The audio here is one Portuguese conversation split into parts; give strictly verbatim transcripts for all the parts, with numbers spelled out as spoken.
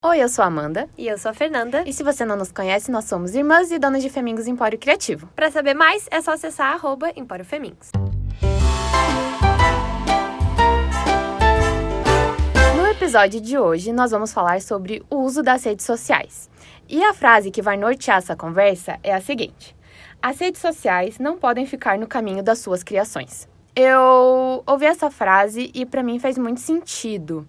Oi, eu sou a Amanda. E eu sou a Fernanda. E se você não nos conhece, nós somos irmãs e donas de Femingos Empório Criativo. Para saber mais, é só acessar arroba Empório Femingos. No episódio de hoje, nós vamos falar sobre o uso das redes sociais. E a frase que vai nortear essa conversa é a seguinte: as redes sociais não podem ficar no caminho das suas criações. Eu ouvi essa frase e para mim fez muito sentido.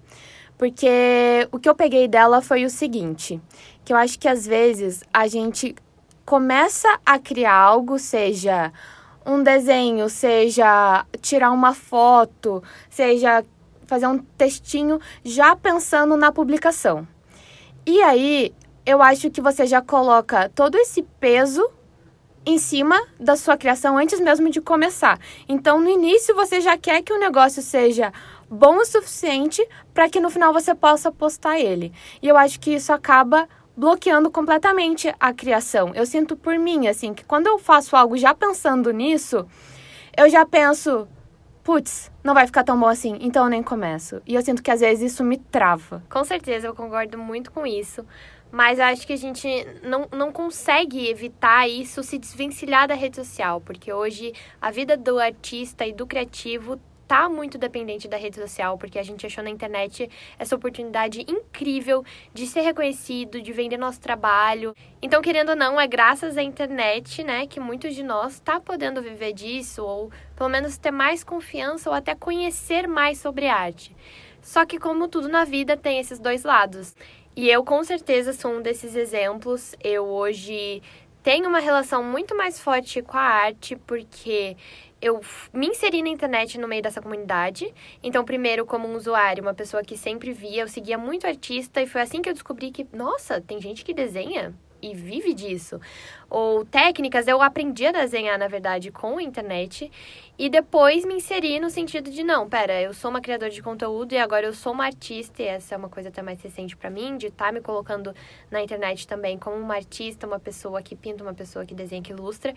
Porque o que eu peguei dela foi o seguinte, que eu acho que às vezes a gente começa a criar algo, seja um desenho, seja tirar uma foto, seja fazer um textinho, já pensando na publicação. E aí, eu acho que você já coloca todo esse peso em cima da sua criação antes mesmo de começar. Então, no início, você já quer que o negócio seja bom o suficiente para que no final você possa postar ele. E eu acho que isso acaba bloqueando completamente a criação. Eu sinto por mim, assim, que quando eu faço algo já pensando nisso, eu já penso, putz, não vai ficar tão bom assim, então eu nem começo. E eu sinto que às vezes isso me trava. Com certeza, eu concordo muito com isso. Mas eu acho que a gente não, não consegue evitar isso, se desvencilhar da rede social. Porque hoje a vida do artista e do criativo tá muito dependente da rede social, porque a gente achou na internet essa oportunidade incrível de ser reconhecido, de vender nosso trabalho. Então, querendo ou não, é graças à internet, né, que muitos de nós tá podendo viver disso, ou pelo menos ter mais confiança, ou até conhecer mais sobre arte. Só que, como tudo na vida, tem esses dois lados. E eu, com certeza, sou um desses exemplos. Eu, hoje, tenho uma relação muito mais forte com a arte, porque eu me inseri na internet no meio dessa comunidade. Então, primeiro, como um usuário, uma pessoa que sempre via, eu seguia muito artista. E foi assim que eu descobri que, nossa, tem gente que desenha e vive disso. Ou técnicas, eu aprendi a desenhar, na verdade, com a internet. E depois me inseri no sentido de, não, pera, eu sou uma criadora de conteúdo e agora eu sou uma artista. E essa é uma coisa até mais recente pra mim, de estar me colocando na internet também como uma artista, uma pessoa que pinta, uma pessoa que desenha, que ilustra.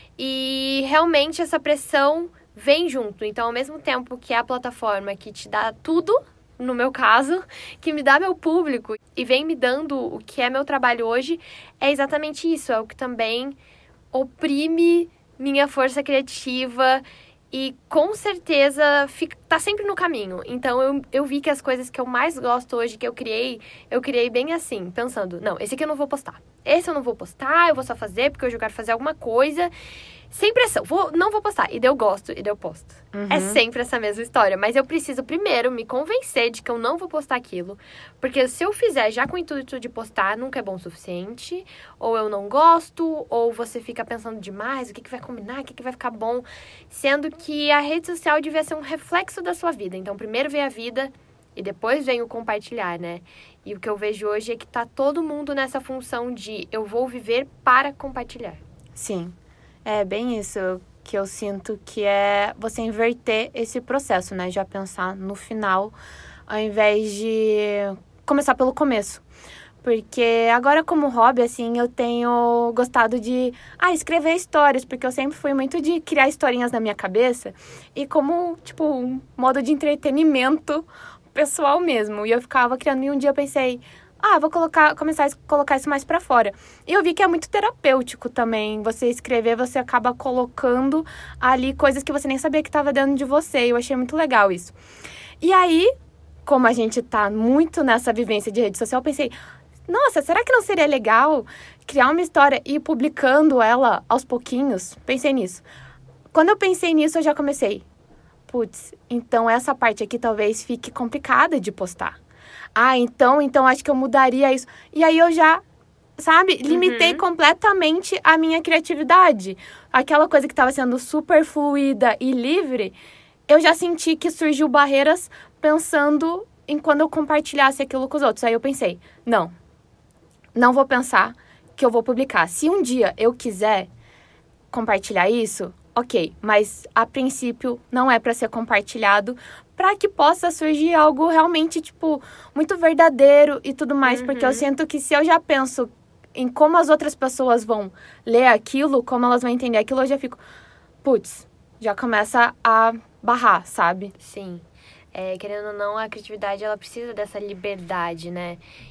E realmente essa pressão vem junto. Então, ao mesmo tempo que é a plataforma que te dá tudo, no meu caso, que me dá meu público e vem me dando o que é meu trabalho hoje, é exatamente isso. É o que também oprime minha força criativa e com certeza fica, tá sempre no caminho. Então, eu, eu vi que as coisas que eu mais gosto hoje, que eu criei, eu criei bem assim, pensando, não, esse aqui eu não vou postar. Esse eu não vou postar, eu vou só fazer porque hoje eu quero fazer alguma coisa. Sem pressão, vou, não vou postar. E daí eu gosto, e daí eu posto. Uhum. É sempre essa mesma história. Mas eu preciso primeiro me convencer de que eu não vou postar aquilo. Porque se eu fizer já com o intuito de postar, nunca é bom o suficiente. Ou eu não gosto, ou você fica pensando demais, o que, que vai combinar, o que, que vai ficar bom. Sendo que a rede social devia ser um reflexo da sua vida. Então, primeiro vem a vida e depois vem o compartilhar, né? E o que eu vejo hoje é que tá todo mundo nessa função de eu vou viver para compartilhar. Sim. É bem isso que eu sinto, que é você inverter esse processo, né? Já pensar no final, ao invés de começar pelo começo. Porque agora, como hobby, assim, eu tenho gostado de ah, escrever histórias, porque eu sempre fui muito de criar historinhas na minha cabeça e como, tipo, um modo de entretenimento pessoal mesmo. E eu ficava criando, e um dia eu pensei, ah, vou colocar, começar a colocar isso mais pra fora. E eu vi que é muito terapêutico também. Você escrever, você acaba colocando ali coisas que você nem sabia que estava dentro de você. E eu achei muito legal isso. E aí, como a gente tá muito nessa vivência de rede social, eu pensei, nossa, será que não seria legal criar uma história e ir publicando ela aos pouquinhos? Pensei nisso. Quando eu pensei nisso, eu já comecei. Putz, então essa parte aqui talvez fique complicada de postar. Ah, então, então acho que eu mudaria isso. E aí eu já, sabe, limitei uhum. completamente a minha criatividade. Aquela coisa que estava sendo super fluida e livre, eu já senti que surgiu barreiras pensando em quando eu compartilhasse aquilo com os outros. Aí eu pensei, não, não vou pensar que eu vou publicar. Se um dia eu quiser compartilhar isso, ok, mas a princípio não é para ser compartilhado, para que possa surgir algo realmente, tipo, muito verdadeiro e tudo mais. Uhum. Porque eu sinto que se eu já penso em como as outras pessoas vão ler aquilo, como elas vão entender aquilo, eu já fico, putz, já começa a barrar, sabe? Sim. É, querendo ou não, a criatividade, ela precisa dessa liberdade, né?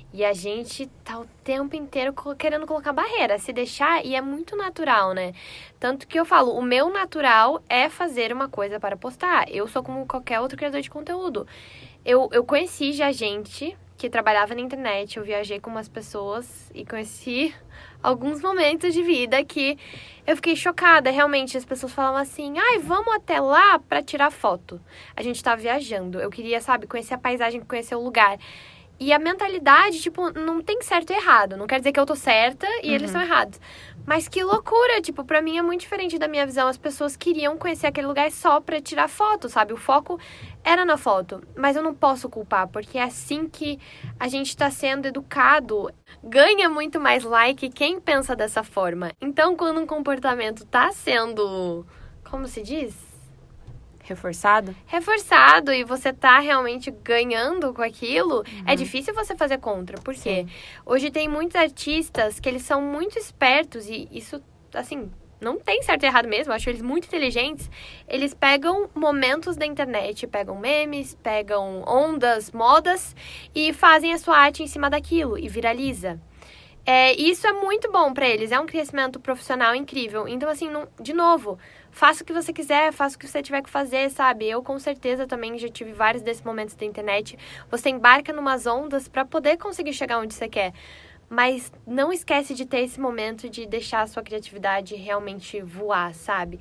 E a gente tá o tempo inteiro querendo colocar barreira, se deixar, e é muito natural, né? Tanto que eu falo, o meu natural é fazer uma coisa para postar. Eu sou como qualquer outro criador de conteúdo. Eu, eu conheci já gente que trabalhava na internet, eu viajei com umas pessoas e conheci alguns momentos de vida que eu fiquei chocada. Realmente, as pessoas falavam assim, ai, vamos até lá para tirar foto. A gente tava viajando, eu queria, sabe, conhecer a paisagem, conhecer o lugar. E a mentalidade, tipo, não tem certo e errado. Não quer dizer que eu tô certa e uhum. eles estão errados. Mas que loucura, tipo, pra mim é muito diferente da minha visão. As pessoas queriam conhecer aquele lugar só pra tirar foto, sabe? O foco era na foto. Mas eu não posso culpar, porque é assim que a gente tá sendo educado. Ganha muito mais like quem pensa dessa forma. Então, quando um comportamento tá sendo, como se diz? Reforçado? Reforçado e você tá realmente ganhando com aquilo, uhum. é difícil você fazer contra. Por quê? Sim. Hoje tem muitos artistas que eles são muito espertos e isso, assim, não tem certo e errado mesmo. Eu acho eles muito inteligentes. Eles pegam momentos da internet, pegam memes, pegam ondas, modas e fazem a sua arte em cima daquilo e viraliza. É, isso é muito bom pra eles, é um crescimento profissional incrível. Então, assim, não, de novo, faça o que você quiser, faça o que você tiver que fazer, sabe? Eu, com certeza, também já tive vários desses momentos da internet. Você embarca numas ondas pra poder conseguir chegar onde você quer. Mas não esquece de ter esse momento de deixar a sua criatividade realmente voar, sabe?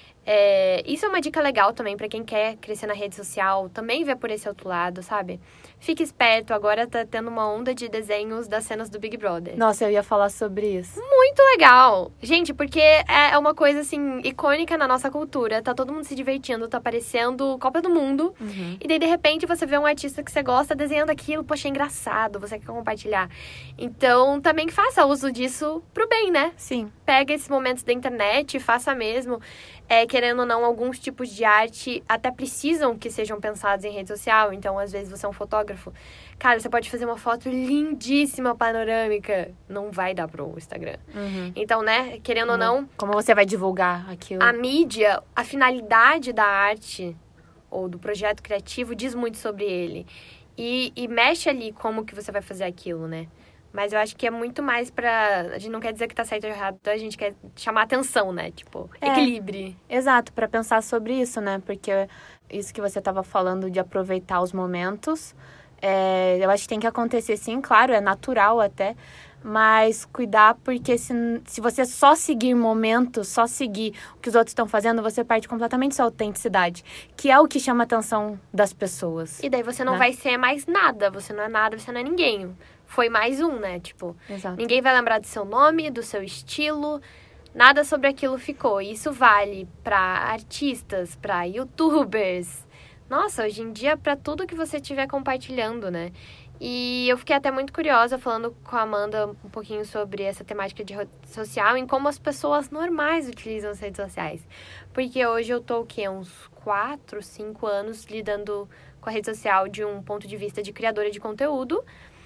É, isso é uma dica legal também pra quem quer crescer na rede social, também ver por esse outro lado, sabe? Fique esperto, agora tá tendo uma onda de desenhos das cenas do Big Brother. Nossa, eu ia falar sobre isso. Muito legal! Gente, porque é uma coisa, assim, icônica na nossa cultura. Tá todo mundo se divertindo, tá aparecendo Copa do Mundo. Uhum. E daí, de repente, você vê um artista que você gosta desenhando aquilo. Poxa, é engraçado, você quer compartilhar. Então, também faça uso disso pro bem, né? Sim. Pega esses momentos da internet, faça mesmo. É, querendo ou não, alguns tipos de arte até precisam que sejam pensados em rede social. Então, às vezes, você é um fotógrafo. Cara, você pode fazer uma foto lindíssima, panorâmica. Não vai dar pro Instagram. Uhum. Então, né, querendo como, ou não... Como você vai divulgar aquilo? A mídia, a finalidade da arte ou do projeto criativo diz muito sobre ele. E, e mexe ali como que você vai fazer aquilo, né? Mas eu acho que é muito mais pra... A gente não quer dizer que tá certo ou errado, a gente quer chamar atenção, né? Tipo, é, equilíbrio. Exato, pra pensar sobre isso, né? Porque isso que você tava falando de aproveitar os momentos, é, eu acho que tem que acontecer sim, claro, é natural até, mas cuidar porque se, se você só seguir momentos, só seguir o que os outros estão fazendo, você perde completamente sua autenticidade, que é o que chama a atenção das pessoas. E daí você não, né, vai ser mais nada, você não é nada, você não é ninguém. Foi mais um, né? Tipo, exato, ninguém vai lembrar do seu nome, do seu estilo, nada sobre aquilo ficou. E isso vale pra artistas, pra youtubers. Nossa, hoje em dia, pra tudo que você estiver compartilhando, né? E eu fiquei até muito curiosa falando com a Amanda um pouquinho sobre essa temática de rede social, em como as pessoas normais utilizam as redes sociais. Porque hoje eu tô, o quê? Uns quatro, cinco anos lidando com a rede social de um ponto de vista de criadora de conteúdo.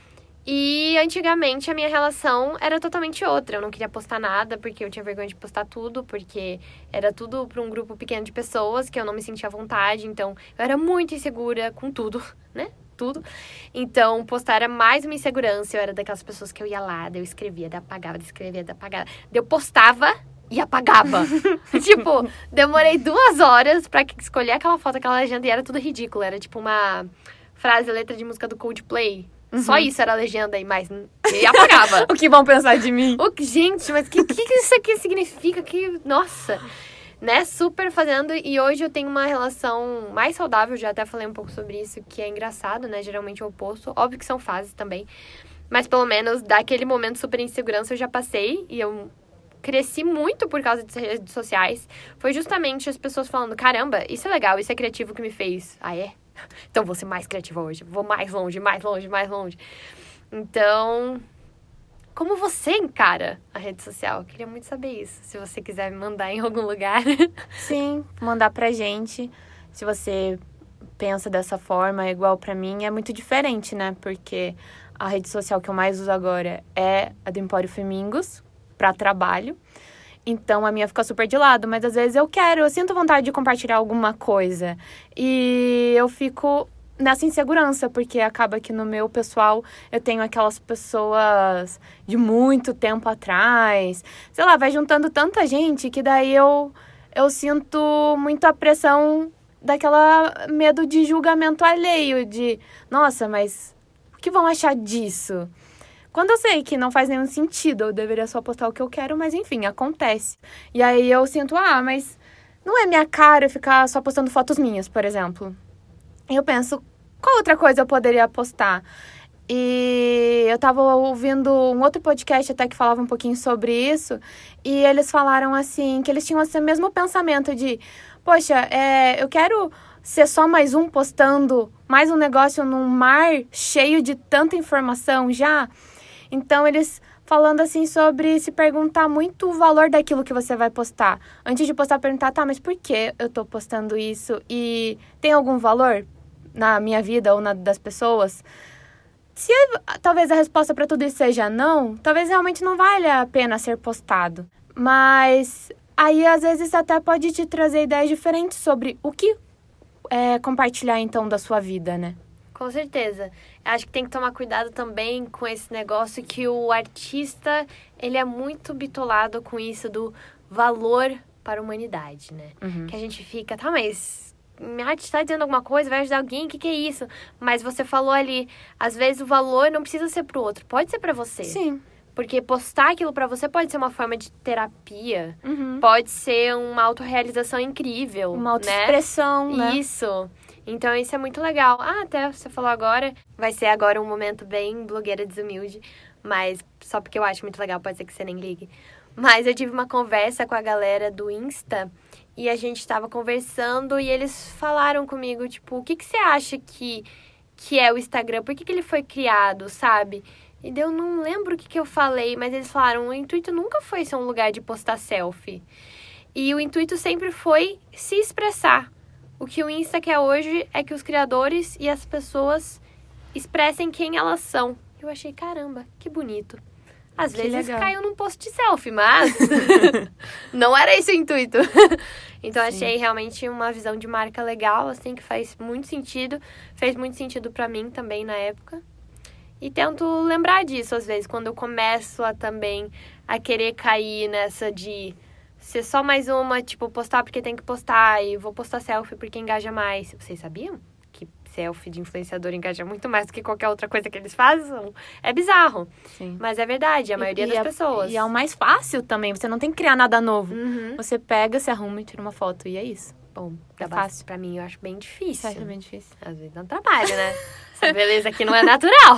E antigamente a minha relação era totalmente outra. Eu não queria postar nada porque eu tinha vergonha de postar tudo, porque era tudo para um grupo pequeno de pessoas que eu não me sentia à vontade. Então, eu era muito insegura com tudo, né? Tudo. Então, postar era mais uma insegurança. Eu era daquelas pessoas que eu ia lá, daí eu escrevia, daí apagava, daí escrevia, daí apagava. Daí eu postava e apagava. Tipo, demorei duas horas pra escolher aquela foto, aquela legenda, e era tudo ridículo. Era tipo uma frase, letra de música do Coldplay. Uhum. Só isso era a legenda aí, mas e apagava. O que vão pensar de mim? O que, gente, mas o que, que isso aqui significa? Que, nossa, né? Super fazendo. E hoje eu tenho uma relação mais saudável, já até falei um pouco sobre isso, que é engraçado, né? Geralmente é o oposto. Óbvio que são fases também. Mas pelo menos daquele momento super insegurança eu já passei. E eu cresci muito por causa das redes sociais. Foi justamente as pessoas falando, caramba, isso é legal, isso é criativo que me fez. Ah, é? Então, vou ser mais criativa hoje. Vou mais longe, mais longe, mais longe. Então, como você encara a rede social? Eu queria muito saber isso. Se você quiser me mandar em algum lugar. Sim, mandar pra gente. Se você pensa dessa forma, igual pra mim, é muito diferente, né? Porque a rede social que eu mais uso agora é a do Empório Femingos, pra trabalho. Então, a minha fica super de lado, mas às vezes eu quero, eu sinto vontade de compartilhar alguma coisa. E eu fico nessa insegurança, porque acaba que no meu pessoal eu tenho aquelas pessoas de muito tempo atrás. Sei lá, vai juntando tanta gente que daí eu, eu sinto muito a pressão daquela medo de julgamento alheio, de, nossa, mas o que vão achar disso? Quando eu sei que não faz nenhum sentido, eu deveria só postar o que eu quero, mas enfim, acontece. E aí eu sinto, ah, mas não é minha cara ficar só postando fotos minhas, por exemplo. E eu penso, qual outra coisa eu poderia postar? E eu tava ouvindo um outro podcast até que falava um pouquinho sobre isso, e eles falaram assim, que eles tinham esse mesmo pensamento de, poxa, é, eu quero ser só mais um postando mais um negócio num mar cheio de tanta informação já. Então, eles falando assim sobre se perguntar muito o valor daquilo que você vai postar. Antes de postar, perguntar, tá, mas por que eu tô postando isso? E tem algum valor na minha vida ou na das pessoas? Se talvez a resposta para tudo isso seja não, talvez realmente não valha a pena ser postado. Mas aí, às vezes, até pode te trazer ideias diferentes sobre o que é, compartilhar, então, da sua vida, né? Com certeza. Acho que tem que tomar cuidado também com esse negócio que o artista, ele é muito bitolado com isso do valor para a humanidade, né? Uhum. Que a gente fica, tá, mas minha arte está dizendo alguma coisa, vai ajudar alguém, o que, que é isso? Mas você falou ali, às vezes o valor não precisa ser pro outro, pode ser para você. Sim. Porque postar aquilo pra você pode ser uma forma de terapia, Uhum. pode ser uma autorrealização incrível, uma autoexpressão, né? né? Isso. Então, isso é muito legal. Ah, até você falou agora, vai ser agora um momento bem blogueira desumilde, mas só porque eu acho muito legal, pode ser que você nem ligue. Mas eu tive uma conversa com a galera do Insta e a gente tava conversando e eles falaram comigo, tipo, o que, que você acha que, que é o Instagram? Por que, que ele foi criado, sabe? E daí eu não lembro o que, que eu falei, mas eles falaram, o intuito nunca foi ser um lugar de postar selfie. E o intuito sempre foi se expressar. O que o Insta quer hoje é que os criadores e as pessoas expressem quem elas são. Eu achei, caramba, que bonito. Às que vezes legal. caiu num post de selfie, mas não era esse o intuito. Então, Sim. achei realmente uma visão de marca legal, assim, que faz muito sentido. Fez muito sentido pra mim também na época. E tento lembrar disso, às vezes, quando eu começo a também a querer cair nessa de ser só mais uma, tipo, postar porque tem que postar e vou postar selfie porque engaja mais. Vocês sabiam que selfie de influenciador engaja muito mais do que qualquer outra coisa que eles façam? É bizarro. Sim. Mas é verdade, a maioria e, das e é, pessoas. E é o mais fácil também, você não tem que criar nada novo. Uhum. Você pega, se arruma e tira uma foto, e é isso. Bom, É é fácil. fácil. Pra mim, eu acho bem difícil. Você acha bem difícil? Às vezes dá um trabalho, né? Essa beleza aqui não é natural.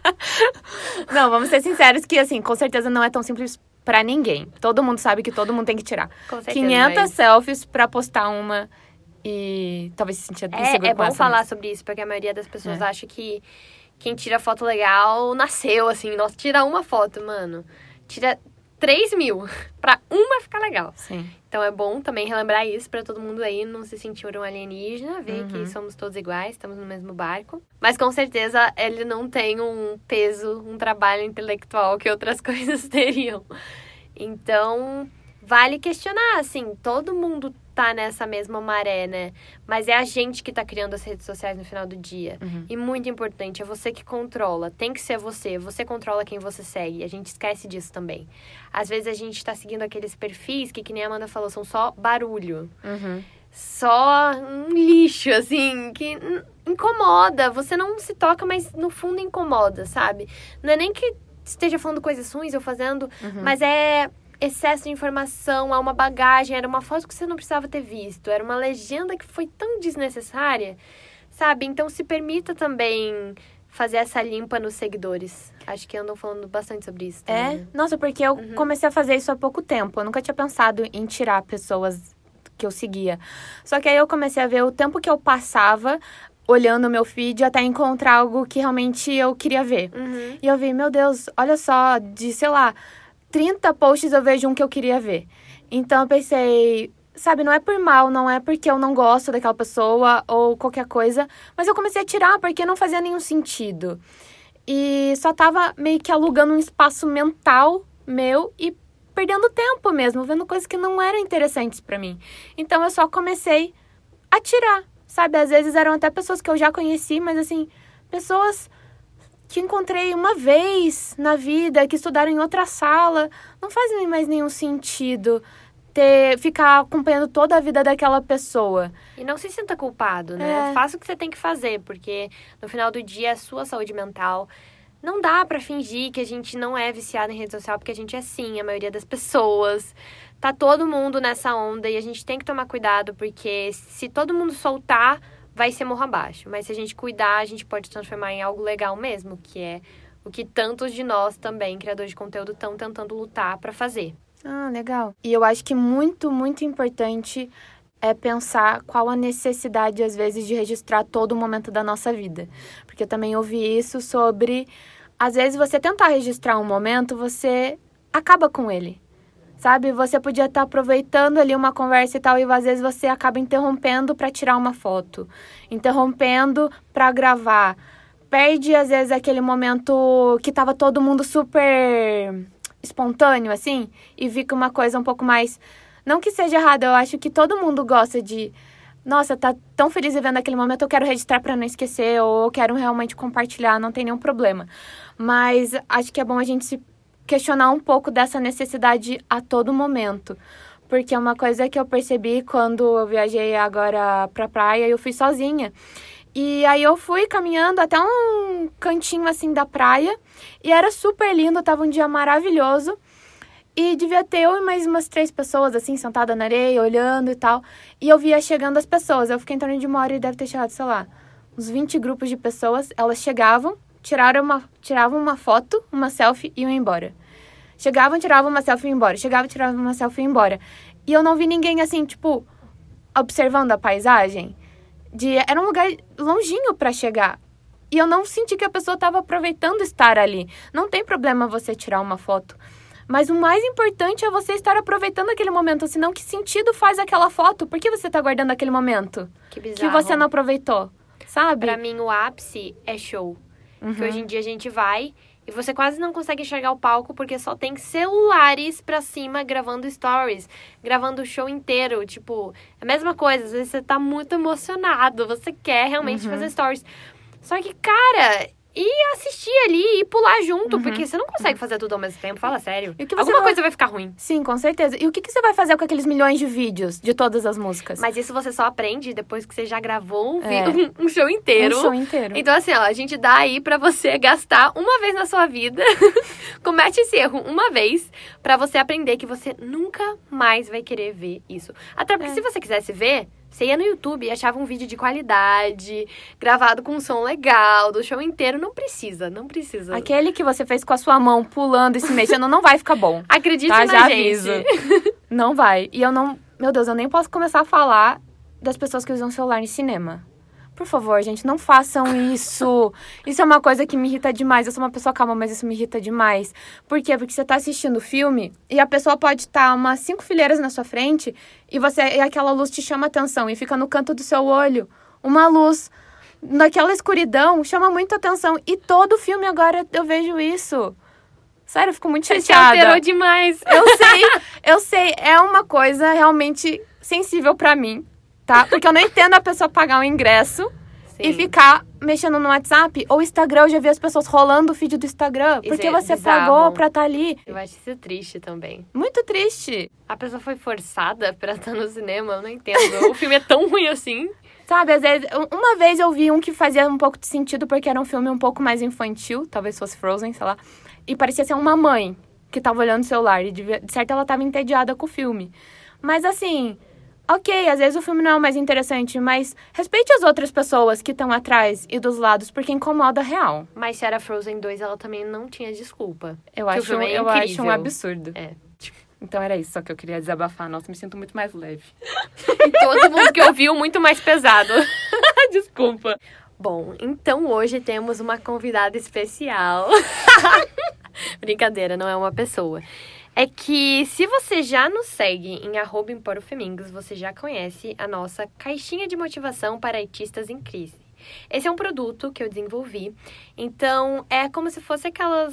Não, vamos ser sinceros que, assim, com certeza não é tão simples pra ninguém. Todo mundo sabe que todo mundo tem que tirar. Com certeza, quinhentas mas... selfies pra postar uma e talvez se sentir inseguro É, é com bom essa falar mesmo. sobre isso, porque a maioria das pessoas É. acha que quem tira foto legal nasceu, assim. Nossa, tira uma foto, mano. Tira três mil pra uma ficar legal. Sim. Então é bom também relembrar isso pra todo mundo aí não se sentir um alienígena, ver Uhum. que somos todos iguais, estamos no mesmo barco. Mas com certeza ele não tem um peso, um trabalho intelectual que outras coisas teriam. Então, vale questionar, assim, todo mundo tá nessa mesma maré, né? Mas é a gente que tá criando as redes sociais no final do dia. Uhum. E muito importante, é você que controla. Tem que ser você. Você controla quem você segue. A gente esquece disso também. Às vezes a gente tá seguindo aqueles perfis que, que nem a Amanda falou, são só barulho. Uhum. Só um lixo, assim, que incomoda. Você não se toca, mas no fundo incomoda, sabe? Não é nem que esteja falando coisas ruins ou fazendo, Uhum. mas é excesso de informação, há uma bagagem, era uma foto que você não precisava ter visto, era uma legenda que foi tão desnecessária, sabe? Então se permita também fazer essa limpa nos seguidores. Acho que andam falando bastante sobre isso também, É? né? Nossa, porque eu Uhum. comecei a fazer isso há pouco tempo. Eu nunca tinha pensado em tirar pessoas que eu seguia. Só que aí eu comecei a ver o tempo que eu passava olhando o meu feed até encontrar algo que realmente eu queria ver. Uhum. E eu vi, meu Deus, olha só, de, sei lá, trinta posts eu vejo um que eu queria ver. Então eu pensei, sabe, não é por mal, não é porque eu não gosto daquela pessoa ou qualquer coisa, mas eu comecei a tirar porque não fazia nenhum sentido. E só tava meio que alugando um espaço mental meu e perdendo tempo mesmo, vendo coisas que não eram interessantes pra mim. Então eu só comecei a tirar. sabe? Às vezes eram até pessoas que eu já conheci, mas assim, pessoas que encontrei uma vez na vida, que estudaram em outra sala. Não faz mais nenhum sentido ter, ficar acompanhando toda a vida daquela pessoa. E não se sinta culpado, né? É. Faça o que você tem que fazer, porque no final do dia é a sua saúde mental. Não dá pra fingir que a gente não é viciado em rede social, porque a gente é sim, a maioria das pessoas. Tá todo mundo nessa onda e a gente tem que tomar cuidado, porque se todo mundo soltar, vai ser morro abaixo. Mas se a gente cuidar, a gente pode transformar em algo legal mesmo, que é o que tantos de nós também, criadores de conteúdo, estão tentando lutar pra fazer. Ah, legal. E eu acho que muito, muito importante é pensar qual a necessidade, às vezes, de registrar todo o momento da nossa vida. Porque eu também ouvi isso sobre, às vezes, você tentar registrar um momento, você acaba com ele, sabe? Você podia estar aproveitando ali uma conversa e tal, e às vezes você acaba interrompendo para tirar uma foto, interrompendo para gravar. Perde, às vezes, aquele momento que tava todo mundo super espontâneo, assim, e fica uma coisa um pouco mais... Não que seja errado, eu acho que todo mundo gosta de... Nossa, tá tão feliz vivendo aquele momento, eu quero registrar pra não esquecer, ou eu quero realmente compartilhar, não tem nenhum problema. Mas acho que é bom a gente se questionar um pouco dessa necessidade a todo momento. Porque é uma coisa que eu percebi quando eu viajei agora pra praia, eu fui sozinha. E aí eu fui caminhando até um cantinho assim da praia, e era super lindo, tava um dia maravilhoso. E devia ter eu e mais umas três pessoas, assim, sentada na areia, olhando e tal. E eu via chegando as pessoas. Eu fiquei em torno de uma hora e deve ter chegado, sei lá, uns vinte grupos de pessoas. Elas chegavam, tiraram uma, tiravam uma foto, uma selfie e iam embora. Chegavam, tiravam uma selfie e iam embora. Chegavam, tiravam uma selfie e iam embora. E eu não vi ninguém, assim, tipo, observando a paisagem. De, era um lugar longinho pra chegar. E eu não senti que a pessoa estava aproveitando estar ali. Não tem problema você tirar uma foto. Mas o mais importante é você estar aproveitando aquele momento. Senão, que sentido faz aquela foto? Por que você está guardando aquele momento? Que bizarro. Que você não aproveitou, sabe? Pra mim, o ápice é show. Uhum. Que hoje em dia a gente vai e você quase não consegue enxergar o palco porque só tem celulares pra cima gravando stories, gravando o show inteiro. Tipo, é a mesma coisa. Às vezes você tá muito emocionado, você quer realmente Uhum. fazer stories. Só que, cara... E assistir ali e pular junto, Uhum. porque você não consegue fazer tudo ao mesmo tempo, fala sério. E o que você Alguma vai- coisa vai ficar ruim. Sim, com certeza. E o que, que você vai fazer com aqueles milhões de vídeos de todas as músicas? Mas isso você só aprende depois que você já gravou um, vi- É. um, um show inteiro. Um show inteiro. Então, assim, ó, a gente dá aí pra você gastar uma vez na sua vida, comete esse erro uma vez, pra você aprender que você nunca mais vai querer ver isso. Até porque É. se você quisesse ver, você ia no YouTube e achava um vídeo de qualidade, gravado com um som legal, do show inteiro. Não precisa, não precisa. Aquele que você fez com a sua mão, pulando e se mexendo, não vai ficar bom. Acredite Tá, na já gente. aviso. Não vai. E eu não... Meu Deus, eu nem posso começar a falar das pessoas que usam celular em cinema. Por favor, gente, não façam isso. Isso é uma coisa que me irrita demais. Eu sou uma pessoa calma, mas isso me irrita demais. Por quê? Porque você tá assistindo o filme e a pessoa pode estar umas cinco fileiras na sua frente e, você, e aquela luz te chama atenção e fica no canto do seu olho. Uma luz naquela escuridão chama muito atenção. E todo filme agora eu vejo isso. Sério, eu fico muito Você se chateada. alterou demais. Eu sei, eu sei. É uma coisa realmente sensível pra mim, tá? Porque eu não entendo a pessoa pagar um ingresso e Sim. ficar mexendo no WhatsApp ou Instagram. Eu já vi as pessoas rolando o feed do Instagram. Isso Porque é você bizarro. pagou pra estar ali. Eu acho isso triste também. Muito triste. A pessoa foi forçada pra estar no cinema, eu não entendo. O filme é tão ruim assim. Sabe, às vezes... Uma vez eu vi um que fazia um pouco de sentido porque era um filme um pouco mais infantil. Talvez fosse Frozen, sei lá. E parecia ser uma mãe que tava olhando o celular. E de de certo ela tava entediada com o filme. Mas assim... Ok, às vezes o filme não é o mais interessante, mas respeite as outras pessoas que estão atrás e dos lados, porque incomoda real. Mas se era Frozen dois, ela também não tinha desculpa. Eu, Que o acho, filme é eu acho incrível. um absurdo. É. Então era isso só que eu queria desabafar. Nossa, me sinto muito mais leve. E todo mundo que ouviu, muito mais pesado. Desculpa. Bom, então hoje temos uma convidada especial. Brincadeira, não é uma pessoa. É que se você já nos segue em arroba Emporofemingos, você já conhece a nossa caixinha de motivação para artistas em crise. Esse é um produto que eu desenvolvi. Então, é como se fosse aquelas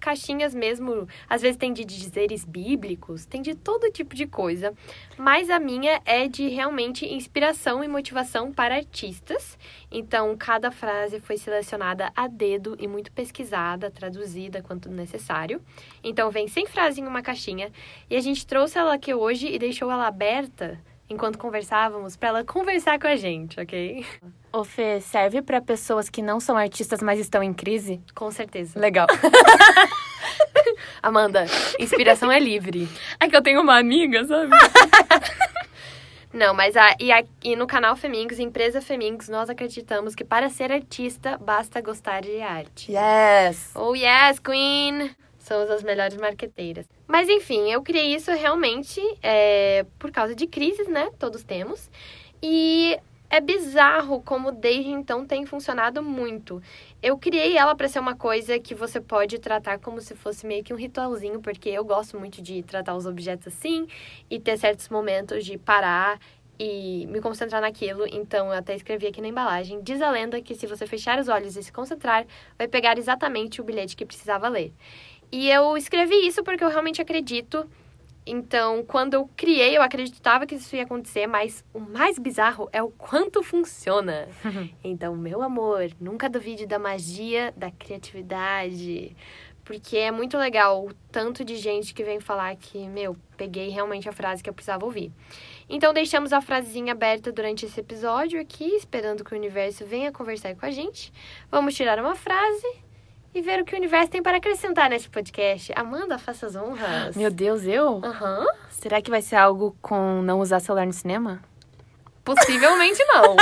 caixinhas mesmo. Às vezes tem de dizeres bíblicos, tem de todo tipo de coisa. Mas a minha é de realmente inspiração e motivação para artistas. Então, cada frase foi selecionada a dedo e muito pesquisada, traduzida quanto necessário. Então, vem cem frases em uma caixinha. E a gente trouxe ela aqui hoje e deixou ela aberta enquanto conversávamos, para ela conversar com a gente, ok? Ô, Fê, serve para pessoas que não são artistas, mas estão em crise? Com certeza. Legal. Amanda, inspiração é livre. É que eu tenho uma amiga, sabe? Não, mas a, e, a, e no canal Femingos, empresa Femingos, nós acreditamos que para ser artista, basta gostar de arte. Yes! Oh, yes, queen! Somos as melhores marqueteiras. Mas, enfim, eu criei isso realmente é, por causa de crises, né? Todos temos. E é bizarro como desde então tem funcionado muito. Eu criei ela para ser uma coisa que você pode tratar como se fosse meio que um ritualzinho, porque eu gosto muito de tratar os objetos assim e ter certos momentos de parar e me concentrar naquilo. Então, eu até escrevi aqui na embalagem. Diz a lenda que se você fechar os olhos e se concentrar, vai pegar exatamente o bilhete que precisava ler. E eu escrevi isso porque eu realmente acredito. Então, quando eu criei, eu acreditava que isso ia acontecer, mas o mais bizarro é o quanto funciona. Então, meu amor, nunca duvide da magia da criatividade. Porque é muito legal o tanto de gente que vem falar que, meu, peguei realmente a frase que eu precisava ouvir. Então, deixamos a frasezinha aberta durante esse episódio aqui, esperando que o universo venha conversar com a gente. Vamos tirar uma frase e ver o que o universo tem para acrescentar nesse podcast. Amanda, faça as honras. Meu Deus, eu? Aham. Uhum. Será que vai ser algo com não usar celular no cinema? Possivelmente não.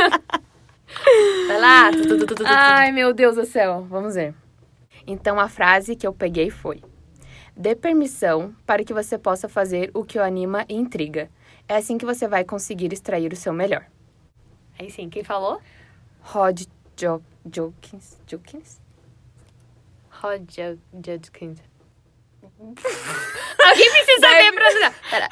Vai lá. Ai, meu Deus do céu. Vamos ver. Então, a frase que eu peguei foi: dê permissão para que você possa fazer o que o anima e intriga. É assim que você vai conseguir extrair o seu melhor. Aí sim, quem falou? Rod jo- Jokins. Jokins? Rod Judkins. Alguém precisa saber pra... Pera.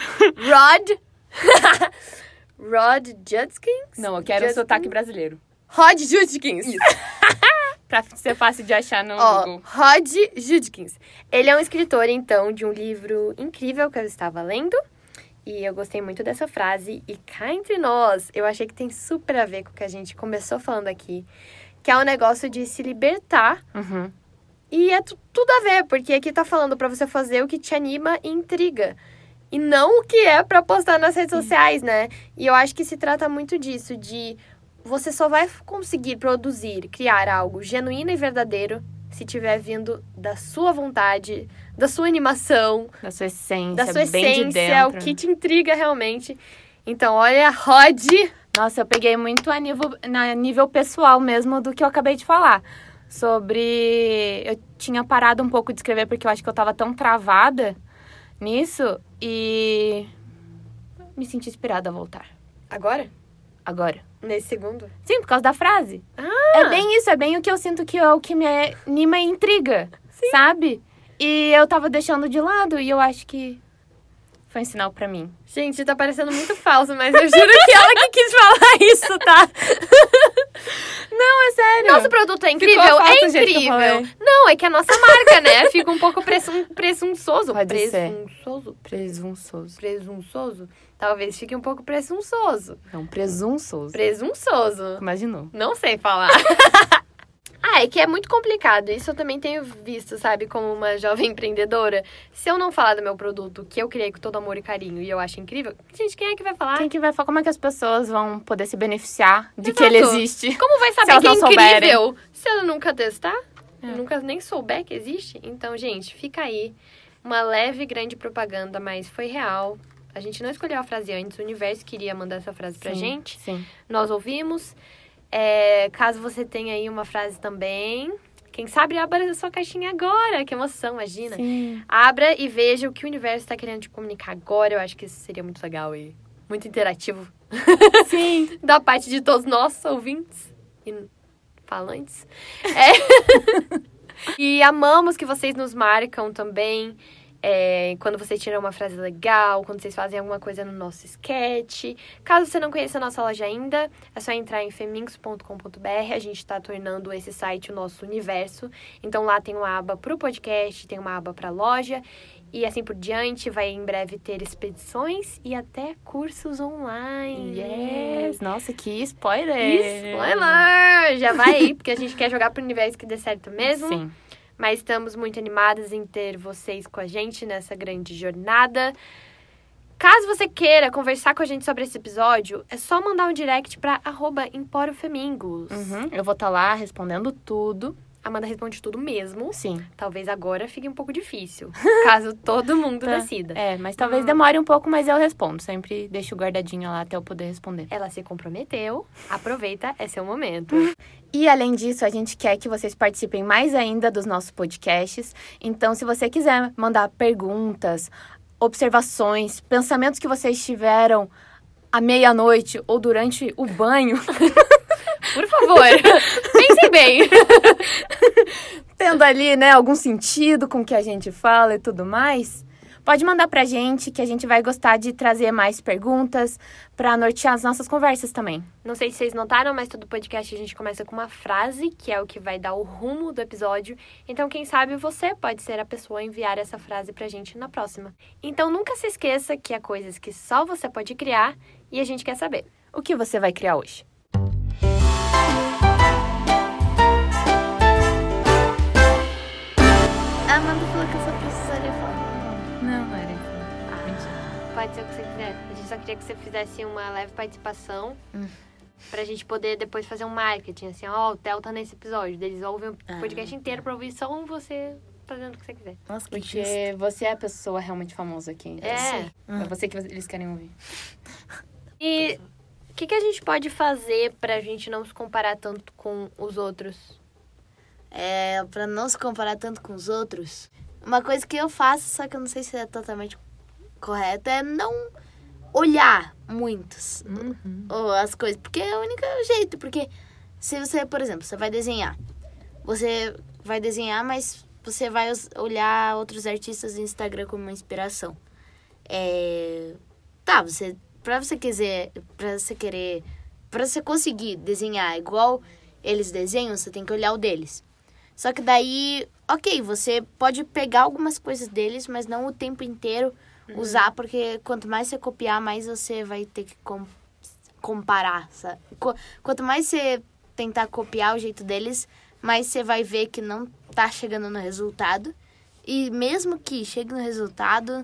Rod... Rod Judkins? Não, eu quero o sotaque brasileiro. Rod Judkins. Isso. Pra ser fácil de achar no oh, Google. Rod Judkins. Ele é um escritor, então, de um livro incrível que eu estava lendo. E eu gostei muito dessa frase. E cá entre nós, eu achei que tem super a ver com o que a gente começou falando aqui. Que é o negócio de se libertar. Uhum. E é tu, tudo a ver, porque aqui tá falando pra você fazer o que te anima e intriga. E não o que é pra postar nas redes sociais, né? E eu acho que se trata muito disso, de você só vai conseguir produzir, criar algo genuíno e verdadeiro se tiver vindo da sua vontade, da sua animação, da sua essência, da sua bem essência, de dentro. o que te intriga realmente. Então, olha, Rod... Nossa, eu peguei muito a nível, a nível pessoal mesmo do que eu acabei de falar. Sobre... Eu tinha parado um pouco de escrever porque eu acho que eu tava tão travada nisso e me senti inspirada a voltar. Agora? Agora. Nesse segundo? Sim, por causa da frase. Ah! É bem isso, é bem o que eu sinto que é o que me anima e intriga, Sim. sabe? E eu tava deixando de lado e eu acho que foi um sinal pra mim. Gente, tá parecendo muito falso, mas eu juro que ela que quis falar isso, tá? Não, é sério. Nosso produto é incrível? É incrível. Não, é que a nossa marca, né? Fica um pouco presum, presunçoso. Pode presunçoso? Ser. Presunçoso. Presunçoso? Talvez fique um pouco presunçoso. Não, presunçoso. Presunçoso. Imaginou. Não sei falar. Ah, é que é muito complicado. Isso eu também tenho visto, sabe? Como uma jovem empreendedora. Se eu não falar do meu produto, que eu criei com todo amor e carinho, e eu acho incrível, gente, quem é que vai falar? Quem que vai falar? Como é que as pessoas vão poder se beneficiar de Exato. Que ele existe? Como vai saber que é incrível? Se ela nunca testar, é. nunca nem souber que existe. Então, gente, fica aí. Uma leve, grande propaganda, mas foi real. A gente não escolheu a frase antes, o universo queria mandar essa frase pra sim, gente. Sim. Nós ouvimos. É, caso você tenha aí uma frase também, quem sabe abra a sua caixinha agora. Que emoção, imagina. Sim. Abra e veja o que o universo está querendo te comunicar agora. Eu acho que isso seria muito legal e muito interativo. Sim. Da parte de todos nós, ouvintes e falantes. É. E amamos que vocês nos marcam também. É, quando você tira uma frase legal, quando vocês fazem alguma coisa no nosso sketch. Caso você não conheça a nossa loja ainda, é só entrar em femingos ponto com ponto b r. A gente está tornando esse site o nosso universo. Então lá tem uma aba pro podcast, tem uma aba pra loja e assim por diante. Vai em breve ter expedições e até cursos online. Yes! Nossa, que spoiler! Spoiler! Já vai aí, porque a gente quer jogar pro universo que dê certo mesmo. Sim. Mas estamos muito animadas em ter vocês com a gente nessa grande jornada. Caso você queira conversar com a gente sobre esse episódio, é só mandar um direct para arroba Emporofemingos. Uhum. Eu vou estar tá lá respondendo tudo. Amanda responde tudo mesmo. Sim. Talvez agora fique um pouco difícil, caso todo mundo tá. decida. É, mas talvez hum. demore um pouco, mas eu respondo. Sempre deixo guardadinho lá até eu poder responder. Ela se comprometeu. Aproveita, é seu momento. E, além disso, a gente quer que vocês participem mais ainda dos nossos podcasts. Então, se você quiser mandar perguntas, observações, pensamentos que vocês tiveram à meia-noite ou durante o banho... Por favor, pensem bem. Tendo ali, né, algum sentido com o que a gente fala e tudo mais, pode mandar pra gente, que a gente vai gostar de trazer mais perguntas pra nortear as nossas conversas também. Não sei se vocês notaram, mas todo podcast a gente começa com uma frase, que é o que vai dar o rumo do episódio. Então, quem sabe você pode ser a pessoa a enviar essa frase pra gente na próxima. Então, nunca se esqueça que há coisas que só você pode criar e a gente quer saber. O que você vai criar hoje? A Amanda falou que eu só precisaria falar. Não, não era isso. Ah, mentira. Pode ser o que você quiser. A gente só queria que você fizesse uma leve participação hum. pra gente poder depois fazer um marketing. Assim, ó, oh, o Theo tá nesse episódio. Eles ouvem o podcast ah, inteiro pra ouvir só um você fazendo o que você quiser. Nossa, porque justo. Você é a pessoa realmente famosa aqui. É. É você que eles querem ouvir. E o que, que a gente pode fazer pra gente não se comparar tanto com os outros? É, pra não se comparar tanto com os outros, uma coisa que eu faço, só que eu não sei se é totalmente correto, é não olhar muitos uhum. ou as coisas, porque é o único jeito, porque se você, por exemplo, você vai desenhar, você vai desenhar, mas você vai olhar outros artistas do Instagram como uma inspiração. É, tá, você, pra você quiser, pra você querer, pra você conseguir desenhar igual eles desenham, você tem que olhar o deles. Só que daí, ok, você pode pegar algumas coisas deles, mas não o tempo inteiro uhum. usar, porque quanto mais você copiar, mais você vai ter que com, comparar, sabe? Quanto mais você tentar copiar o jeito deles, mais você vai ver que não tá chegando no resultado. E mesmo que chegue no resultado,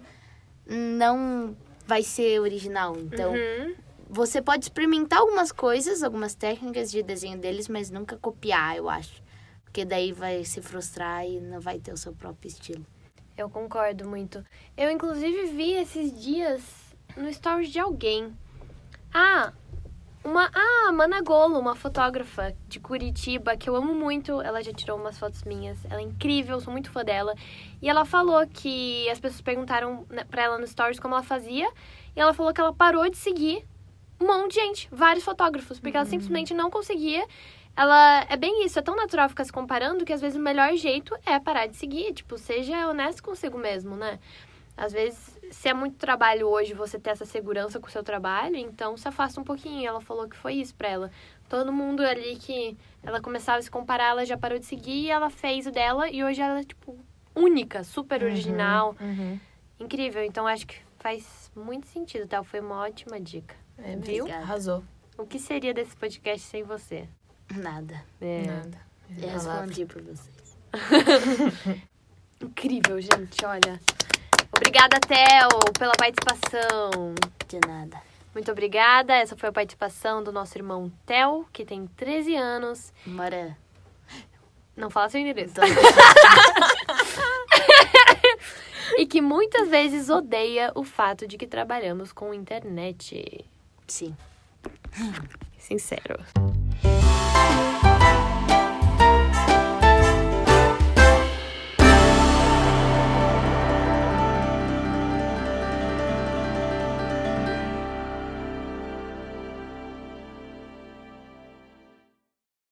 não vai ser original. Então, uhum. você pode experimentar algumas coisas, algumas técnicas de desenho deles, mas nunca copiar, eu acho. Porque daí vai se frustrar e não vai ter o seu próprio estilo. Eu concordo muito. Eu, inclusive, vi esses dias no stories de alguém. Ah, uma... Ah, Mana Golo, uma fotógrafa de Curitiba, que eu amo muito. Ela já tirou umas fotos minhas. Ela é incrível, sou muito fã dela. E ela falou que as pessoas perguntaram pra ela no stories como ela fazia. E ela falou que ela parou de seguir um monte de gente, vários fotógrafos. Porque uhum. ela simplesmente não conseguia... Ela é bem isso, é tão natural ficar se comparando que às vezes o melhor jeito é parar de seguir. Tipo, seja honesto consigo mesmo, né? Às vezes, se é muito trabalho hoje você ter essa segurança com o seu trabalho, então se afasta um pouquinho. Ela falou que foi isso pra ela. Todo mundo ali que ela começava a se comparar, ela já parou de seguir, ela fez o dela e hoje ela é, tipo, única, super original. Uhum, uhum. Incrível, então acho que faz muito sentido, tá? Foi uma ótima dica. É, viu? Arrasou. O que seria desse podcast sem você? Nada. É. Nada. Eu respondi por vocês. Incrível, gente, olha. Obrigada, Theo, pela participação. De nada. Muito obrigada. Essa foi a participação do nosso irmão Theo, que tem treze anos. Mora. Não fala seu endereço. E que muitas vezes odeia o fato de que trabalhamos com internet. Sim. Sincero. Thank you.